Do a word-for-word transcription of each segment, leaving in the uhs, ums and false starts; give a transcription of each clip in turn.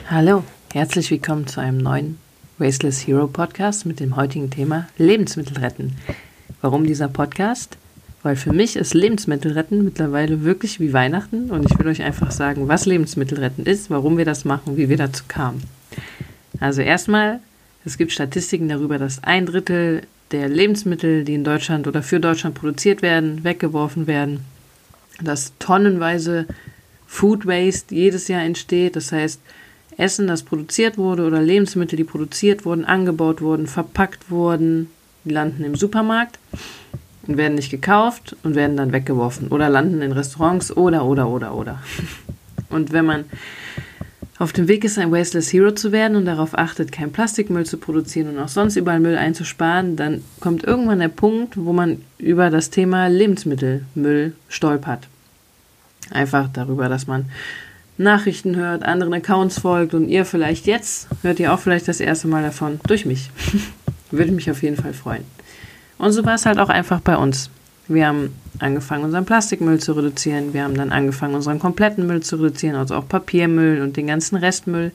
Hallo, herzlich willkommen zu einem neuen Wasteless Hero Podcast mit dem heutigen Thema Lebensmittel retten. Warum dieser Podcast? Weil für mich ist Lebensmittel retten mittlerweile wirklich wie Weihnachten und ich will euch einfach sagen, was Lebensmittel retten ist, warum wir das machen, wie wir dazu kamen. Also erstmal, es gibt Statistiken darüber, dass ein Drittel der Lebensmittel, die in Deutschland oder für Deutschland produziert werden, weggeworfen werden, dass tonnenweise Food Waste jedes Jahr entsteht, das heißt Essen, das produziert wurde oder Lebensmittel, die produziert wurden, angebaut wurden, verpackt wurden, die landen im Supermarkt und werden nicht gekauft und werden dann weggeworfen oder landen in Restaurants oder, oder, oder, oder. Und wenn man auf dem Weg ist, ein Wasteless Hero zu werden und darauf achtet, keinen Plastikmüll zu produzieren und auch sonst überall Müll einzusparen, dann kommt irgendwann der Punkt, wo man über das Thema Lebensmittelmüll stolpert. Einfach darüber, dass man Nachrichten hört, anderen Accounts folgt und ihr vielleicht jetzt, hört ihr auch vielleicht das erste Mal davon, durch mich. Würde mich auf jeden Fall freuen. Und so war es halt auch einfach bei uns. Wir haben angefangen, unseren Plastikmüll zu reduzieren. Wir haben dann angefangen, unseren kompletten Müll zu reduzieren, also auch Papiermüll und den ganzen Restmüll.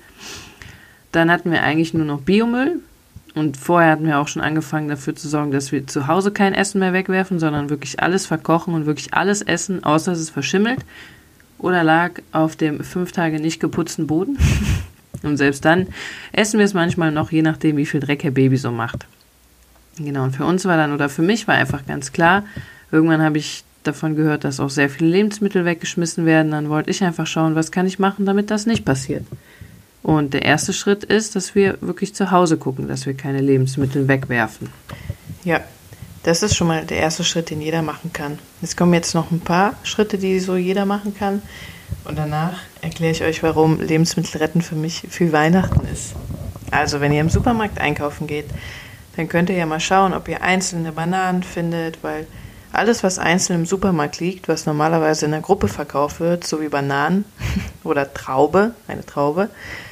Dann hatten wir eigentlich nur noch Biomüll. Und vorher hatten wir auch schon angefangen, dafür zu sorgen, dass wir zu Hause kein Essen mehr wegwerfen, sondern wirklich alles verkochen und wirklich alles essen, außer dass es verschimmelt oder lag auf dem fünf Tage nicht geputzten Boden. Und selbst dann essen wir es manchmal noch, je nachdem, wie viel Dreck Herr Baby so macht. Genau, und für uns war dann, oder für mich war einfach ganz klar, irgendwann habe ich davon gehört, dass auch sehr viele Lebensmittel weggeschmissen werden. Dann wollte ich einfach schauen, was kann ich machen, damit das nicht passiert. Und der erste Schritt ist, dass wir wirklich zu Hause gucken, dass wir keine Lebensmittel wegwerfen. Ja, das ist schon mal der erste Schritt, den jeder machen kann. Es kommen jetzt noch ein paar Schritte, die so jeder machen kann. Und danach erkläre ich euch, warum Lebensmittel retten für mich für Weihnachten ist. Also, wenn ihr im Supermarkt einkaufen geht, dann könnt ihr ja mal schauen, ob ihr einzelne Bananen findet, weil alles, was einzeln im Supermarkt liegt, was normalerweise in der Gruppe verkauft wird, so wie Bananen oder Traube, eine Traube,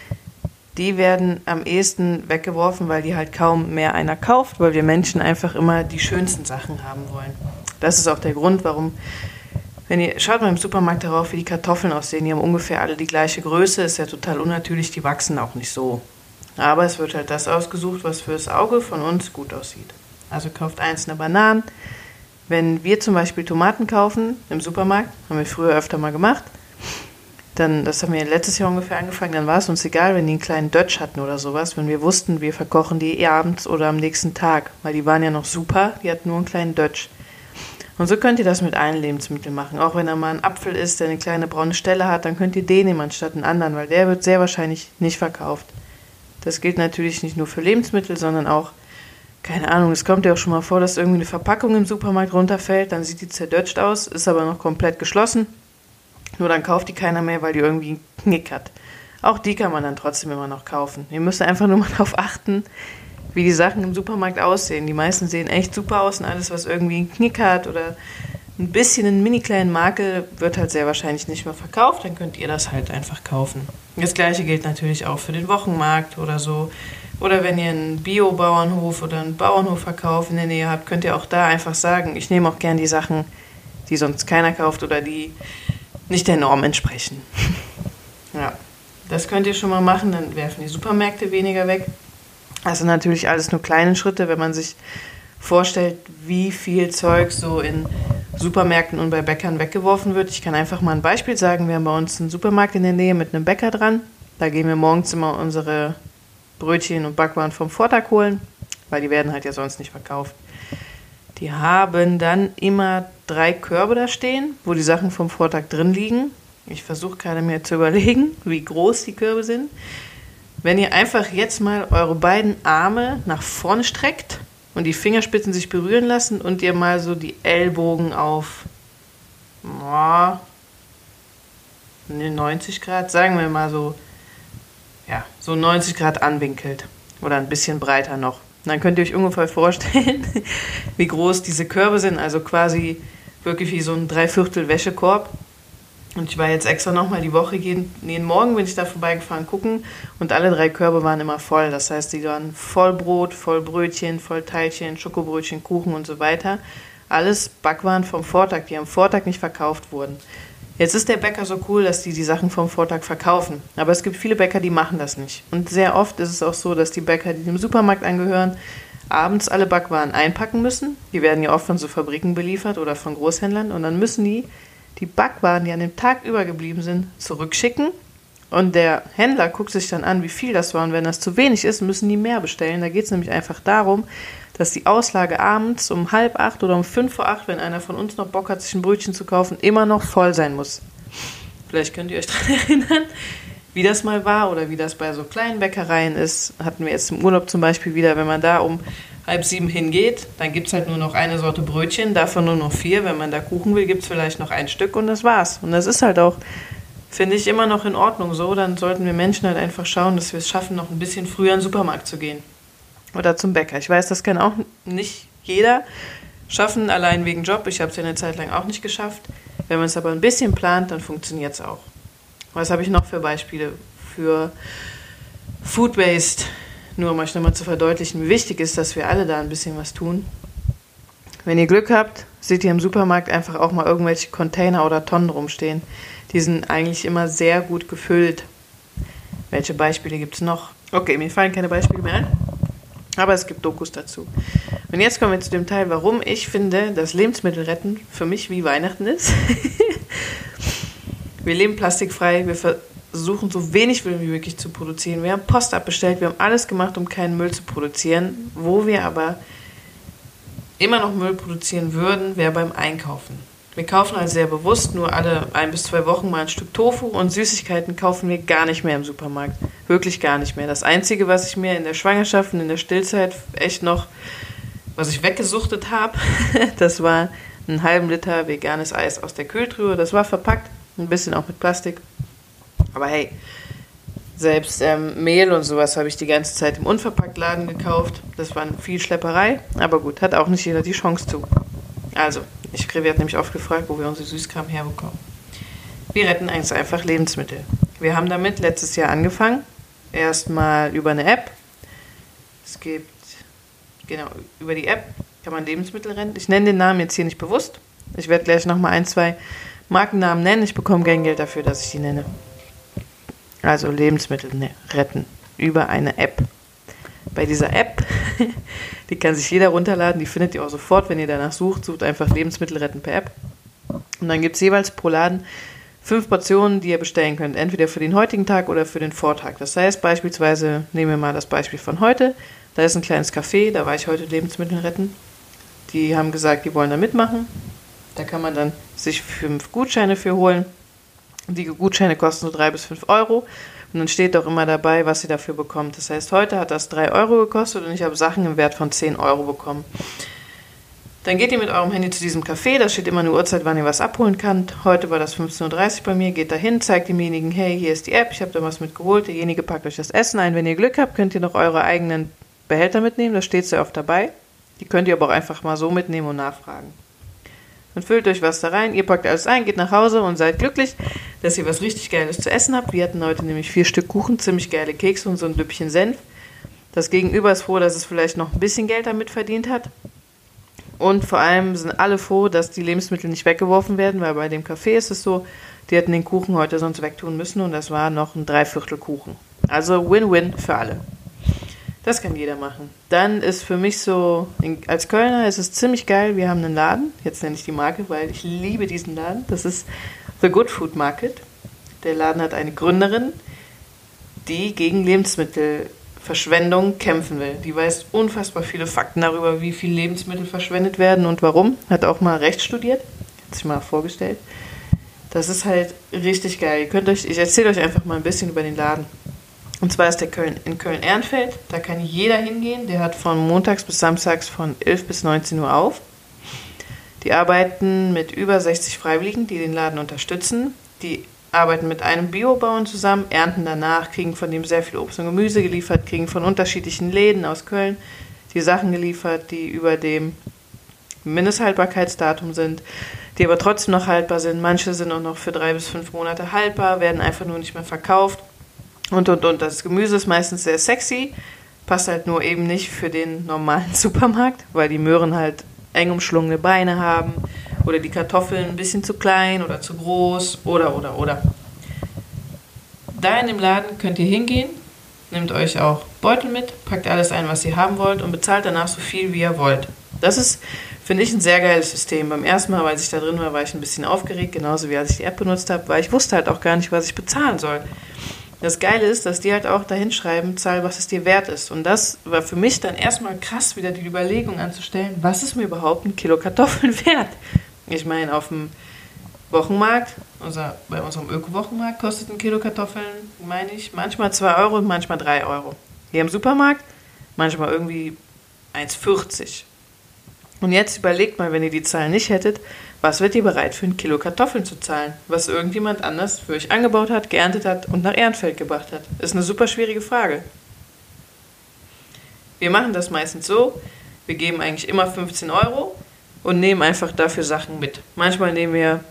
die werden am ehesten weggeworfen, weil die halt kaum mehr einer kauft, weil wir Menschen einfach immer die schönsten Sachen haben wollen. Das ist auch der Grund, warum, wenn ihr, schaut mal im Supermarkt darauf, wie die Kartoffeln aussehen, die haben ungefähr alle die gleiche Größe, ist ja total unnatürlich, die wachsen auch nicht so. Aber es wird halt das ausgesucht, was fürs Auge von uns gut aussieht. Also kauft einzelne Bananen. Wenn wir zum Beispiel Tomaten kaufen im Supermarkt, haben wir früher öfter mal gemacht, dann, das haben wir letztes Jahr ungefähr angefangen, dann war es uns egal, wenn die einen kleinen Dötsch hatten oder sowas, wenn wir wussten, wir verkochen die abends oder am nächsten Tag, weil die waren ja noch super, die hatten nur einen kleinen Dötsch. Und so könnt ihr das mit allen Lebensmitteln machen. Auch wenn da mal ein Apfel ist, der eine kleine braune Stelle hat, dann könnt ihr den nehmen anstatt einen anderen, weil der wird sehr wahrscheinlich nicht verkauft. Das gilt natürlich nicht nur für Lebensmittel, sondern auch, keine Ahnung, es kommt ja auch schon mal vor, dass irgendwie eine Verpackung im Supermarkt runterfällt, dann sieht die zerdötscht aus, ist aber noch komplett geschlossen. Nur dann kauft die keiner mehr, weil die irgendwie einen Knick hat. Auch die kann man dann trotzdem immer noch kaufen. Ihr müsst einfach nur mal darauf achten, wie die Sachen im Supermarkt aussehen. Die meisten sehen echt super aus und alles, was irgendwie einen Knick hat oder ein bisschen einen mini kleinen Makel, wird halt sehr wahrscheinlich nicht mehr verkauft. Dann könnt ihr das halt einfach kaufen. Das gleiche gilt natürlich auch für den Wochenmarkt oder so. Oder wenn ihr einen Bio-Bauernhof oder einen Bauernhofverkauf in der Nähe habt, könnt ihr auch da einfach sagen, ich nehme auch gern die Sachen, die sonst keiner kauft oder die nicht der Norm entsprechen. Ja, das könnt ihr schon mal machen, dann werfen die Supermärkte weniger weg. Also natürlich alles nur kleine Schritte, wenn man sich vorstellt, wie viel Zeug so in Supermärkten und bei Bäckern weggeworfen wird. Ich kann einfach mal ein Beispiel sagen. Wir haben bei uns einen Supermarkt in der Nähe mit einem Bäcker dran. Da gehen wir morgens immer unsere Brötchen und Backwaren vom Vortag holen, weil die werden halt ja sonst nicht verkauft. Die haben dann immer drei Körbe da stehen, wo die Sachen vom Vortag drin liegen. Ich versuche gerade mir zu überlegen, wie groß die Körbe sind. Wenn ihr einfach jetzt mal eure beiden Arme nach vorne streckt und die Fingerspitzen sich berühren lassen und ihr mal so die Ellbogen auf oh, neunzig Grad, sagen wir mal so, ja, so neunzig Grad anwinkelt oder ein bisschen breiter noch. Und dann könnt ihr euch ungefähr vorstellen, wie groß diese Körbe sind, also quasi wirklich wie so ein Dreiviertel Wäschekorb. Und ich war jetzt extra nochmal die Woche, jeden, jeden Morgen bin ich da vorbeigefahren, gucken und alle drei Körbe waren immer voll. Das heißt, die waren voll Brot, voll Brötchen, voll Teilchen, Schokobrötchen, Kuchen und so weiter. Alles Backwaren vom Vortag, die am Vortag nicht verkauft wurden. Jetzt ist der Bäcker so cool, dass die die Sachen vom Vortag verkaufen. Aber es gibt viele Bäcker, die machen das nicht. Und sehr oft ist es auch so, dass die Bäcker, die dem Supermarkt angehören, abends alle Backwaren einpacken müssen. Die werden ja oft von so Fabriken beliefert oder von Großhändlern. Und dann müssen die die Backwaren, die an dem Tag übergeblieben sind, zurückschicken. Und der Händler guckt sich dann an, wie viel das war. Und wenn das zu wenig ist, müssen die mehr bestellen. Da geht es nämlich einfach darum, dass die Auslage abends um halb acht oder um fünf vor acht, wenn einer von uns noch Bock hat, sich ein Brötchen zu kaufen, immer noch voll sein muss. Vielleicht könnt ihr euch daran erinnern, wie das mal war oder wie das bei so kleinen Bäckereien ist. Hatten wir jetzt im Urlaub zum Beispiel wieder, wenn man da um halb sieben hingeht, dann gibt es halt nur noch eine Sorte Brötchen, davon nur noch vier. Wenn man da Kuchen will, gibt es vielleicht noch ein Stück und das war's. Und das ist halt auch, finde ich, immer noch in Ordnung so. Dann sollten wir Menschen halt einfach schauen, dass wir es schaffen, noch ein bisschen früher in den Supermarkt zu gehen. Oder zum Bäcker. Ich weiß, das kann auch nicht jeder schaffen, allein wegen Job. Ich habe es ja eine Zeit lang auch nicht geschafft. Wenn man es aber ein bisschen plant, dann funktioniert es auch. Was habe ich noch für Beispiele für Food Waste? Nur um euch nochmal zu verdeutlichen, wie wichtig ist, dass wir alle da ein bisschen was tun. Wenn ihr Glück habt, seht ihr im Supermarkt einfach auch mal irgendwelche Container oder Tonnen rumstehen. Die sind eigentlich immer sehr gut gefüllt. Welche Beispiele gibt es noch? Okay, mir fallen keine Beispiele mehr ein. Aber es gibt Dokus dazu. Und jetzt kommen wir zu dem Teil, warum ich finde, dass Lebensmittel retten für mich wie Weihnachten ist. Wir leben plastikfrei, wir versuchen so wenig Müll wie möglich zu produzieren. Wir haben Post abbestellt, wir haben alles gemacht, um keinen Müll zu produzieren. Wo wir aber immer noch Müll produzieren würden, wäre beim Einkaufen. Wir kaufen also sehr bewusst nur alle ein bis zwei Wochen mal ein Stück Tofu und Süßigkeiten kaufen wir gar nicht mehr im Supermarkt. Wirklich gar nicht mehr. Das Einzige, was ich mir in der Schwangerschaft und in der Stillzeit echt noch, was ich weggesuchtet habe, das war einen halben Liter veganes Eis aus der Kühltruhe. Das war verpackt, ein bisschen auch mit Plastik. Aber hey, selbst ähm, Mehl und sowas habe ich die ganze Zeit im Unverpacktladen gekauft. Das war viel Schlepperei, aber gut, hat auch nicht jeder die Chance zu. Also, ich werde nämlich oft gefragt, wo wir unsere Süßkram herbekommen. Wir retten eigentlich einfach Lebensmittel. Wir haben damit letztes Jahr angefangen. Erstmal über eine App. Es gibt, genau, über die App kann man Lebensmittel retten. Ich nenne den Namen jetzt hier nicht bewusst. Ich werde gleich nochmal ein, zwei Markennamen nennen. Ich bekomme kein Geld dafür, dass ich die nenne. Also Lebensmittel retten über eine App. Bei dieser App, die kann sich jeder runterladen, die findet ihr auch sofort, wenn ihr danach sucht, sucht einfach Lebensmittel retten per App. Und dann gibt es jeweils pro Laden fünf Portionen, die ihr bestellen könnt, entweder für den heutigen Tag oder für den Vortag. Das heißt beispielsweise, nehmen wir mal das Beispiel von heute, da ist ein kleines Café, da war ich heute Lebensmittel retten. Die haben gesagt, die wollen da mitmachen. Da kann man dann sich fünf Gutscheine für holen. Die Gutscheine kosten so drei bis fünf Euro. Und dann steht auch immer dabei, was ihr dafür bekommt. Das heißt, heute hat das drei Euro gekostet und ich habe Sachen im Wert von zehn Euro bekommen. Dann geht ihr mit eurem Handy zu diesem Café, da steht immer eine Uhrzeit, wann ihr was abholen könnt. Heute war das fünfzehn Uhr dreißig bei mir, geht dahin, zeigt demjenigen, hey, hier ist die App, ich habe da was mitgeholt. Derjenige packt euch das Essen ein. Wenn ihr Glück habt, könnt ihr noch eure eigenen Behälter mitnehmen, da steht sehr oft dabei. Die könnt ihr aber auch einfach mal so mitnehmen und nachfragen. Dann füllt euch was da rein, ihr packt alles ein, geht nach Hause und seid glücklich, dass ihr was richtig Geiles zu essen habt. Wir hatten heute nämlich vier Stück Kuchen, ziemlich geile Kekse und so ein Lüppchen Senf. Das Gegenüber ist froh, dass es vielleicht noch ein bisschen Geld damit verdient hat. Und vor allem sind alle froh, dass die Lebensmittel nicht weggeworfen werden, weil bei dem Café ist es so, die hätten den Kuchen heute sonst wegtun müssen und das war noch ein Dreiviertel Kuchen. Also Win-Win für alle. Das kann jeder machen. Dann ist für mich so, als Kölner ist es ziemlich geil, wir haben einen Laden, jetzt nenne ich die Marke, weil ich liebe diesen Laden, das ist The Good Food Market. Der Laden hat eine Gründerin, die gegen Lebensmittelverschwendung kämpfen will. Die weiß unfassbar viele Fakten darüber, wie viel Lebensmittel verschwendet werden und warum. Hat auch mal Recht studiert, hat sich mal vorgestellt. Das ist halt richtig geil. Ihr könnt euch, ich erzähle euch einfach mal ein bisschen über den Laden. Und zwar ist der Köln, in Köln-Ehrenfeld, da kann jeder hingehen. Der hat von montags bis samstags von elf bis neunzehn Uhr auf. Die arbeiten mit über sechzig Freiwilligen, die den Laden unterstützen. Die arbeiten mit einem Biobauern zusammen, ernten danach, kriegen von dem sehr viel Obst und Gemüse geliefert, kriegen von unterschiedlichen Läden aus Köln die Sachen geliefert, die über dem Mindesthaltbarkeitsdatum sind, die aber trotzdem noch haltbar sind. Manche sind auch noch für drei bis fünf Monate haltbar, werden einfach nur nicht mehr verkauft. Und, und, und. Das Gemüse ist meistens sehr sexy, passt halt nur eben nicht für den normalen Supermarkt, weil die Möhren halt eng umschlungene Beine haben oder die Kartoffeln ein bisschen zu klein oder zu groß oder, oder, oder. Da in dem Laden könnt ihr hingehen, nehmt euch auch Beutel mit, packt alles ein, was ihr haben wollt und bezahlt danach so viel, wie ihr wollt. Das ist, finde ich, ein sehr geiles System. Beim ersten Mal, als ich da drin war, war ich ein bisschen aufgeregt, genauso wie als ich die App benutzt habe, weil ich wusste halt auch gar nicht, was ich bezahlen soll. Das Geile ist, dass die halt auch da hinschreiben, zahl, was es dir wert ist. Und das war für mich dann erstmal krass, wieder die Überlegung anzustellen, was ist mir überhaupt ein Kilo Kartoffeln wert? Ich meine, auf dem Wochenmarkt, unser, bei unserem Öko-Wochenmarkt kostet ein Kilo Kartoffeln, meine ich, manchmal zwei Euro und manchmal drei Euro. Hier im Supermarkt manchmal irgendwie eins vierzig. Und jetzt überlegt mal, wenn ihr die Zahlen nicht hättet, was wärt ihr bereit für ein Kilo Kartoffeln zu zahlen, was irgendjemand anders für euch angebaut hat, geerntet hat und nach Ehrenfeld gebracht hat? Ist eine super schwierige Frage. Wir machen das meistens so, wir geben eigentlich immer fünfzehn Euro und nehmen einfach dafür Sachen mit. Manchmal nehmen wir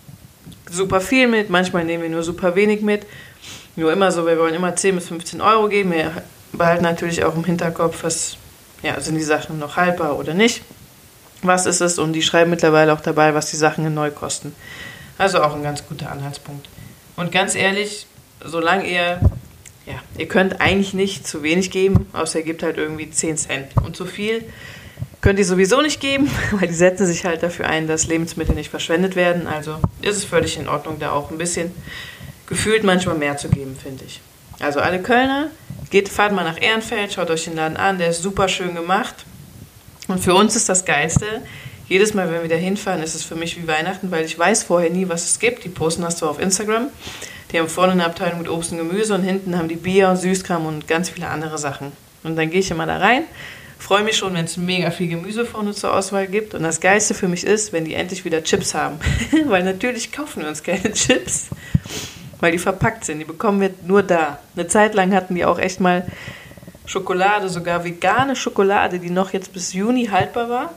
super viel mit, manchmal nehmen wir nur super wenig mit. Nur immer so, wir wollen immer zehn bis fünfzehn Euro geben. Wir behalten natürlich auch im Hinterkopf, was, ja, sind die Sachen noch haltbar oder nicht. Was ist es? Und die schreiben mittlerweile auch dabei, was die Sachen neu kosten. Also auch ein ganz guter Anhaltspunkt. Und ganz ehrlich, solange ihr, ja, ihr könnt eigentlich nicht zu wenig geben, außer ihr gebt halt irgendwie zehn Cent. Und zu viel könnt ihr sowieso nicht geben, weil die setzen sich halt dafür ein, dass Lebensmittel nicht verschwendet werden. Also ist es völlig in Ordnung, da auch ein bisschen gefühlt manchmal mehr zu geben, finde ich. Also alle Kölner, geht, fahrt mal nach Ehrenfeld, schaut euch den Laden an, der ist super schön gemacht. Und für uns ist das Geilste, jedes Mal, wenn wir da hinfahren, ist es für mich wie Weihnachten, weil ich weiß vorher nie, was es gibt. Die posten das zwar auf Instagram, die haben vorne eine Abteilung mit Obst und Gemüse und hinten haben die Bier und Süßkram und ganz viele andere Sachen. Und dann gehe ich immer da rein, freue mich schon, wenn es mega viel Gemüse vorne zur Auswahl gibt. Und das Geilste für mich ist, wenn die endlich wieder Chips haben. Weil natürlich kaufen wir uns keine Chips, weil die verpackt sind. Die bekommen wir nur da. Eine Zeit lang hatten die auch echt mal Schokolade, sogar vegane Schokolade, die noch jetzt bis Juni haltbar war.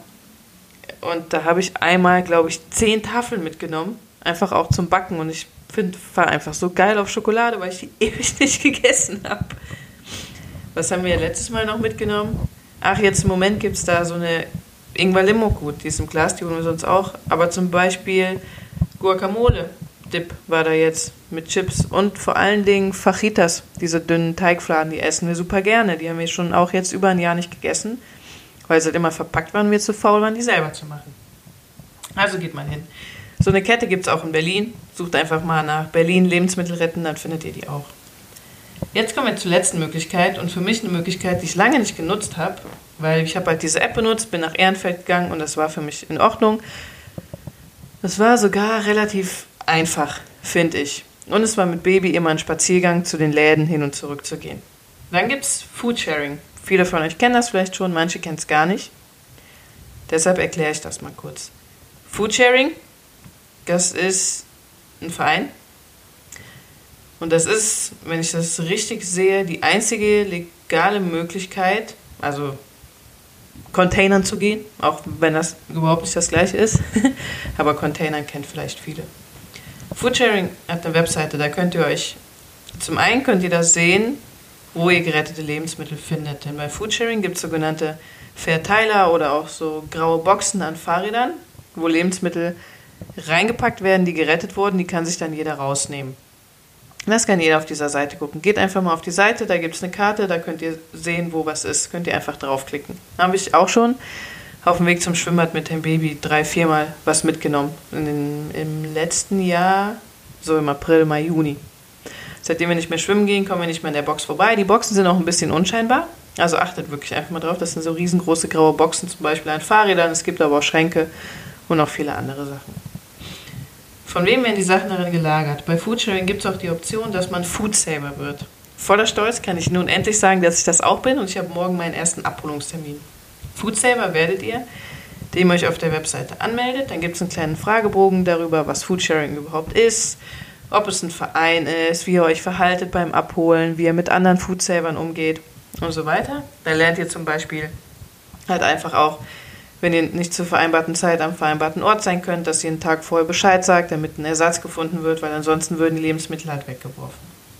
Und da habe ich einmal, glaube ich, zehn Tafeln mitgenommen. Einfach auch zum Backen. Und ich finde, war einfach so geil auf Schokolade, weil ich die ewig nicht gegessen habe. Was haben wir letztes Mal noch mitgenommen? Ach, jetzt im Moment gibt es da so eine Ingwer-Limo-Gut. Die ist im Glas, die holen wir sonst auch. Aber zum Beispiel Guacamole-Dip war da jetzt mit Chips. Und vor allen Dingen Fajitas, diese dünnen Teigfladen, die essen wir super gerne. Die haben wir schon auch jetzt über ein Jahr nicht gegessen, weil sie halt immer verpackt waren, wir zu faul waren, die selber zu machen. Also geht mal hin. So eine Kette gibt es auch in Berlin. Sucht einfach mal nach Berlin Lebensmittel retten, dann findet ihr die auch. Jetzt kommen wir zur letzten Möglichkeit und für mich eine Möglichkeit, die ich lange nicht genutzt habe, weil ich habe halt diese App benutzt, bin nach Ehrenfeld gegangen und das war für mich in Ordnung. Das war sogar relativ einfach, finde ich. Und es war mit Baby immer ein Spaziergang zu den Läden hin und zurück zu gehen. Dann gibt es Foodsharing. Viele von euch kennen das vielleicht schon, manche kennen es gar nicht. Deshalb erkläre ich das mal kurz. Foodsharing, das ist ein Verein. Und das ist, wenn ich das richtig sehe, die einzige legale Möglichkeit, also Containern zu gehen, auch wenn das überhaupt nicht das Gleiche ist. Aber Containern kennt vielleicht viele. Foodsharing hat eine Webseite, da könnt ihr euch, zum einen könnt ihr das sehen, wo ihr gerettete Lebensmittel findet. Denn bei Foodsharing gibt es sogenannte Verteiler oder auch so graue Boxen an Fahrrädern, wo Lebensmittel reingepackt werden, die gerettet wurden, die kann sich dann jeder rausnehmen. Das kann jeder auf dieser Seite gucken. Geht einfach mal auf die Seite, da gibt es eine Karte, da könnt ihr sehen, wo was ist. Könnt ihr einfach draufklicken. Da habe ich auch schon auf dem Weg zum Schwimmbad mit dem Baby drei, viermal was mitgenommen. In den, im letzten Jahr, so im April, Mai, Juni. Seitdem wir nicht mehr schwimmen gehen, kommen wir nicht mehr in der Box vorbei. Die Boxen sind auch ein bisschen unscheinbar. Also achtet wirklich einfach mal drauf. Das sind so riesengroße graue Boxen, zum Beispiel an Fahrrädern. Es gibt aber auch Schränke und noch viele andere Sachen. Von wem werden die Sachen darin gelagert? Bei Foodsharing gibt es auch die Option, dass man Foodsaver wird. Voller Stolz kann ich nun endlich sagen, dass ich das auch bin und ich habe morgen meinen ersten Abholungstermin. Foodsaver werdet ihr, indem ihr euch auf der Webseite anmeldet. Dann gibt es einen kleinen Fragebogen darüber, was Foodsharing überhaupt ist, ob es ein Verein ist, wie ihr euch verhaltet beim Abholen, wie ihr mit anderen Foodsavern umgeht und so weiter. Da lernt ihr zum Beispiel halt einfach auch, wenn ihr nicht zur vereinbarten Zeit am vereinbarten Ort sein könnt, dass ihr einen Tag vorher Bescheid sagt, damit ein Ersatz gefunden wird, weil ansonsten würden die Lebensmittel halt weggeworfen.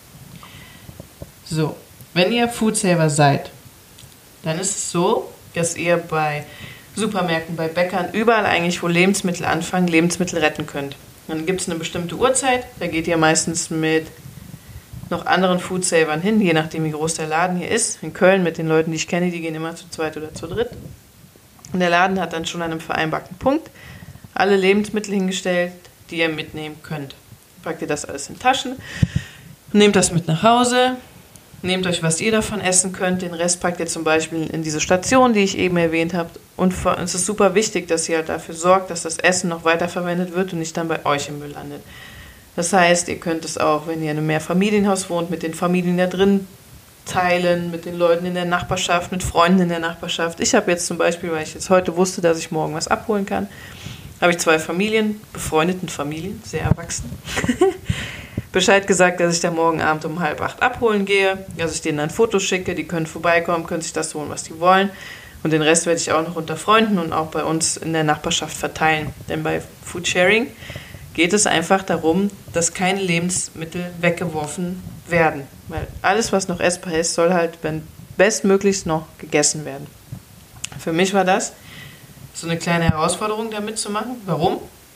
So, wenn ihr Foodsaver seid, dann ist es so, dass ihr bei Supermärkten, bei Bäckern, überall eigentlich, wo Lebensmittel anfangen, Lebensmittel retten könnt. Dann gibt es eine bestimmte Uhrzeit, da geht ihr meistens mit noch anderen Foodsavern hin, je nachdem wie groß der Laden hier ist. In Köln mit den Leuten, die ich kenne, die gehen immer zu zweit oder zu dritt. Und der Laden hat dann schon an einem vereinbarten Punkt alle Lebensmittel hingestellt, die ihr mitnehmen könnt. Packt ihr das alles in Taschen, nehmt das mit nach Hause, nehmt euch, was ihr davon essen könnt, den Rest packt ihr zum Beispiel in diese Station, die ich eben erwähnt habe. Und es ist super wichtig, dass ihr halt dafür sorgt, dass das Essen noch weiterverwendet wird und nicht dann bei euch im Müll landet. Das heißt, ihr könnt es auch, wenn ihr in einem Mehrfamilienhaus wohnt, mit den Familien da drin teilen, mit den Leuten in der Nachbarschaft, mit Freunden in der Nachbarschaft. Ich habe jetzt zum Beispiel, weil ich jetzt heute wusste, dass ich morgen was abholen kann, habe ich zwei Familien, befreundeten Familien, sehr erwachsen, Bescheid gesagt, dass ich da morgen Abend um halb acht abholen gehe, dass ich denen dann Fotos schicke, die können vorbeikommen, können sich das holen, was die wollen. Und den Rest werde ich auch noch unter Freunden und auch bei uns in der Nachbarschaft verteilen. Denn bei Foodsharing geht es einfach darum, dass keine Lebensmittel weggeworfen werden. Weil alles, was noch essbar ist, soll halt bestmöglichst noch gegessen werden. Für mich war das so eine kleine Herausforderung, da mitzumachen. Warum?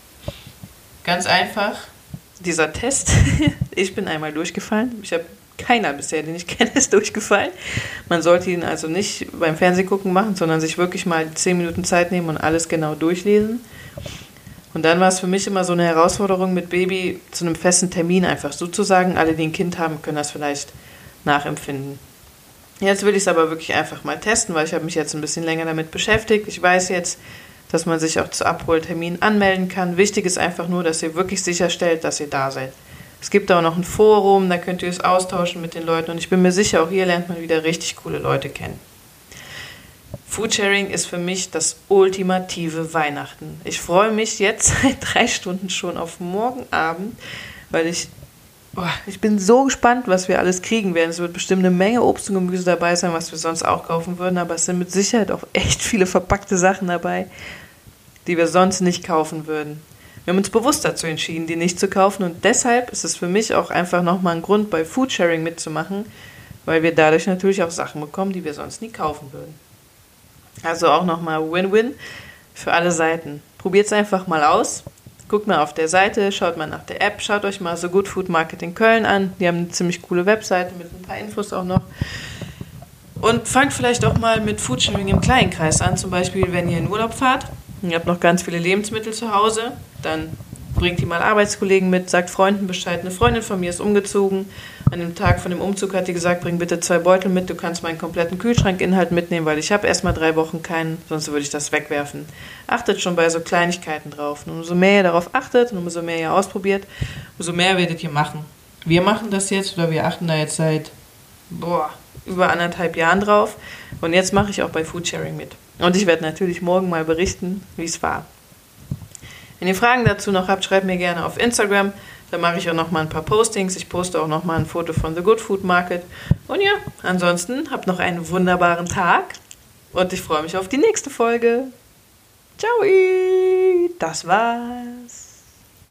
Ganz einfach, dieser Test. Ich bin einmal durchgefallen. Ich habe keiner bisher, den ich kenne, ist durchgefallen. Man sollte ihn also nicht beim Fernsehgucken machen, sondern sich wirklich mal zehn Minuten Zeit nehmen und alles genau durchlesen. Und dann war es für mich immer so eine Herausforderung mit Baby zu einem festen Termin einfach sozusagen. Alle, die ein Kind haben, können das vielleicht nachempfinden. Jetzt will ich es aber wirklich einfach mal testen, weil ich habe mich jetzt ein bisschen länger damit beschäftigt. Ich weiß jetzt, dass man sich auch zu Abholterminen anmelden kann. Wichtig ist einfach nur, dass ihr wirklich sicherstellt, dass ihr da seid. Es gibt auch noch ein Forum, da könnt ihr es austauschen mit den Leuten und ich bin mir sicher, auch hier lernt man wieder richtig coole Leute kennen. Foodsharing ist für mich das ultimative Weihnachten. Ich freue mich jetzt seit drei Stunden schon auf morgen Abend, weil ich, oh, ich bin so gespannt, was wir alles kriegen werden. Es wird bestimmt eine Menge Obst und Gemüse dabei sein, was wir sonst auch kaufen würden, aber es sind mit Sicherheit auch echt viele verpackte Sachen dabei, die wir sonst nicht kaufen würden. Wir haben uns bewusst dazu entschieden, die nicht zu kaufen und deshalb ist es für mich auch einfach nochmal ein Grund, bei Foodsharing mitzumachen, weil wir dadurch natürlich auch Sachen bekommen, die wir sonst nie kaufen würden. Also auch nochmal Win-Win für alle Seiten. Probiert es einfach mal aus. Guckt mal auf der Seite, schaut mal nach der App, schaut euch mal So Good Food Market in Köln an. Die haben eine ziemlich coole Webseite mit ein paar Infos auch noch. Und fangt vielleicht auch mal mit Foodsharing im kleinen Kreis an. Zum Beispiel, wenn ihr in Urlaub fahrt und ihr habt noch ganz viele Lebensmittel zu Hause, dann bringt die mal Arbeitskollegen mit, sagt Freunden Bescheid. Eine Freundin von mir ist umgezogen. An dem Tag von dem Umzug hat die gesagt, bring bitte zwei Beutel mit, du kannst meinen kompletten Kühlschrankinhalt mitnehmen, weil ich habe erst mal drei Wochen keinen, sonst würde ich das wegwerfen. Achtet schon bei so Kleinigkeiten drauf. Und umso mehr ihr darauf achtet und umso mehr ihr ausprobiert, umso mehr werdet ihr machen. Wir machen das jetzt, oder wir achten da jetzt seit boah, über anderthalb Jahren drauf. Und jetzt mache ich auch bei Foodsharing mit. Und ich werde natürlich morgen mal berichten, wie es war. Wenn ihr Fragen dazu noch habt, schreibt mir gerne auf Instagram. Da mache ich auch noch mal ein paar Postings. Ich poste auch noch mal ein Foto von The Good Food Market. Und ja, ansonsten habt noch einen wunderbaren Tag. Und ich freue mich auf die nächste Folge. Ciao, das war's.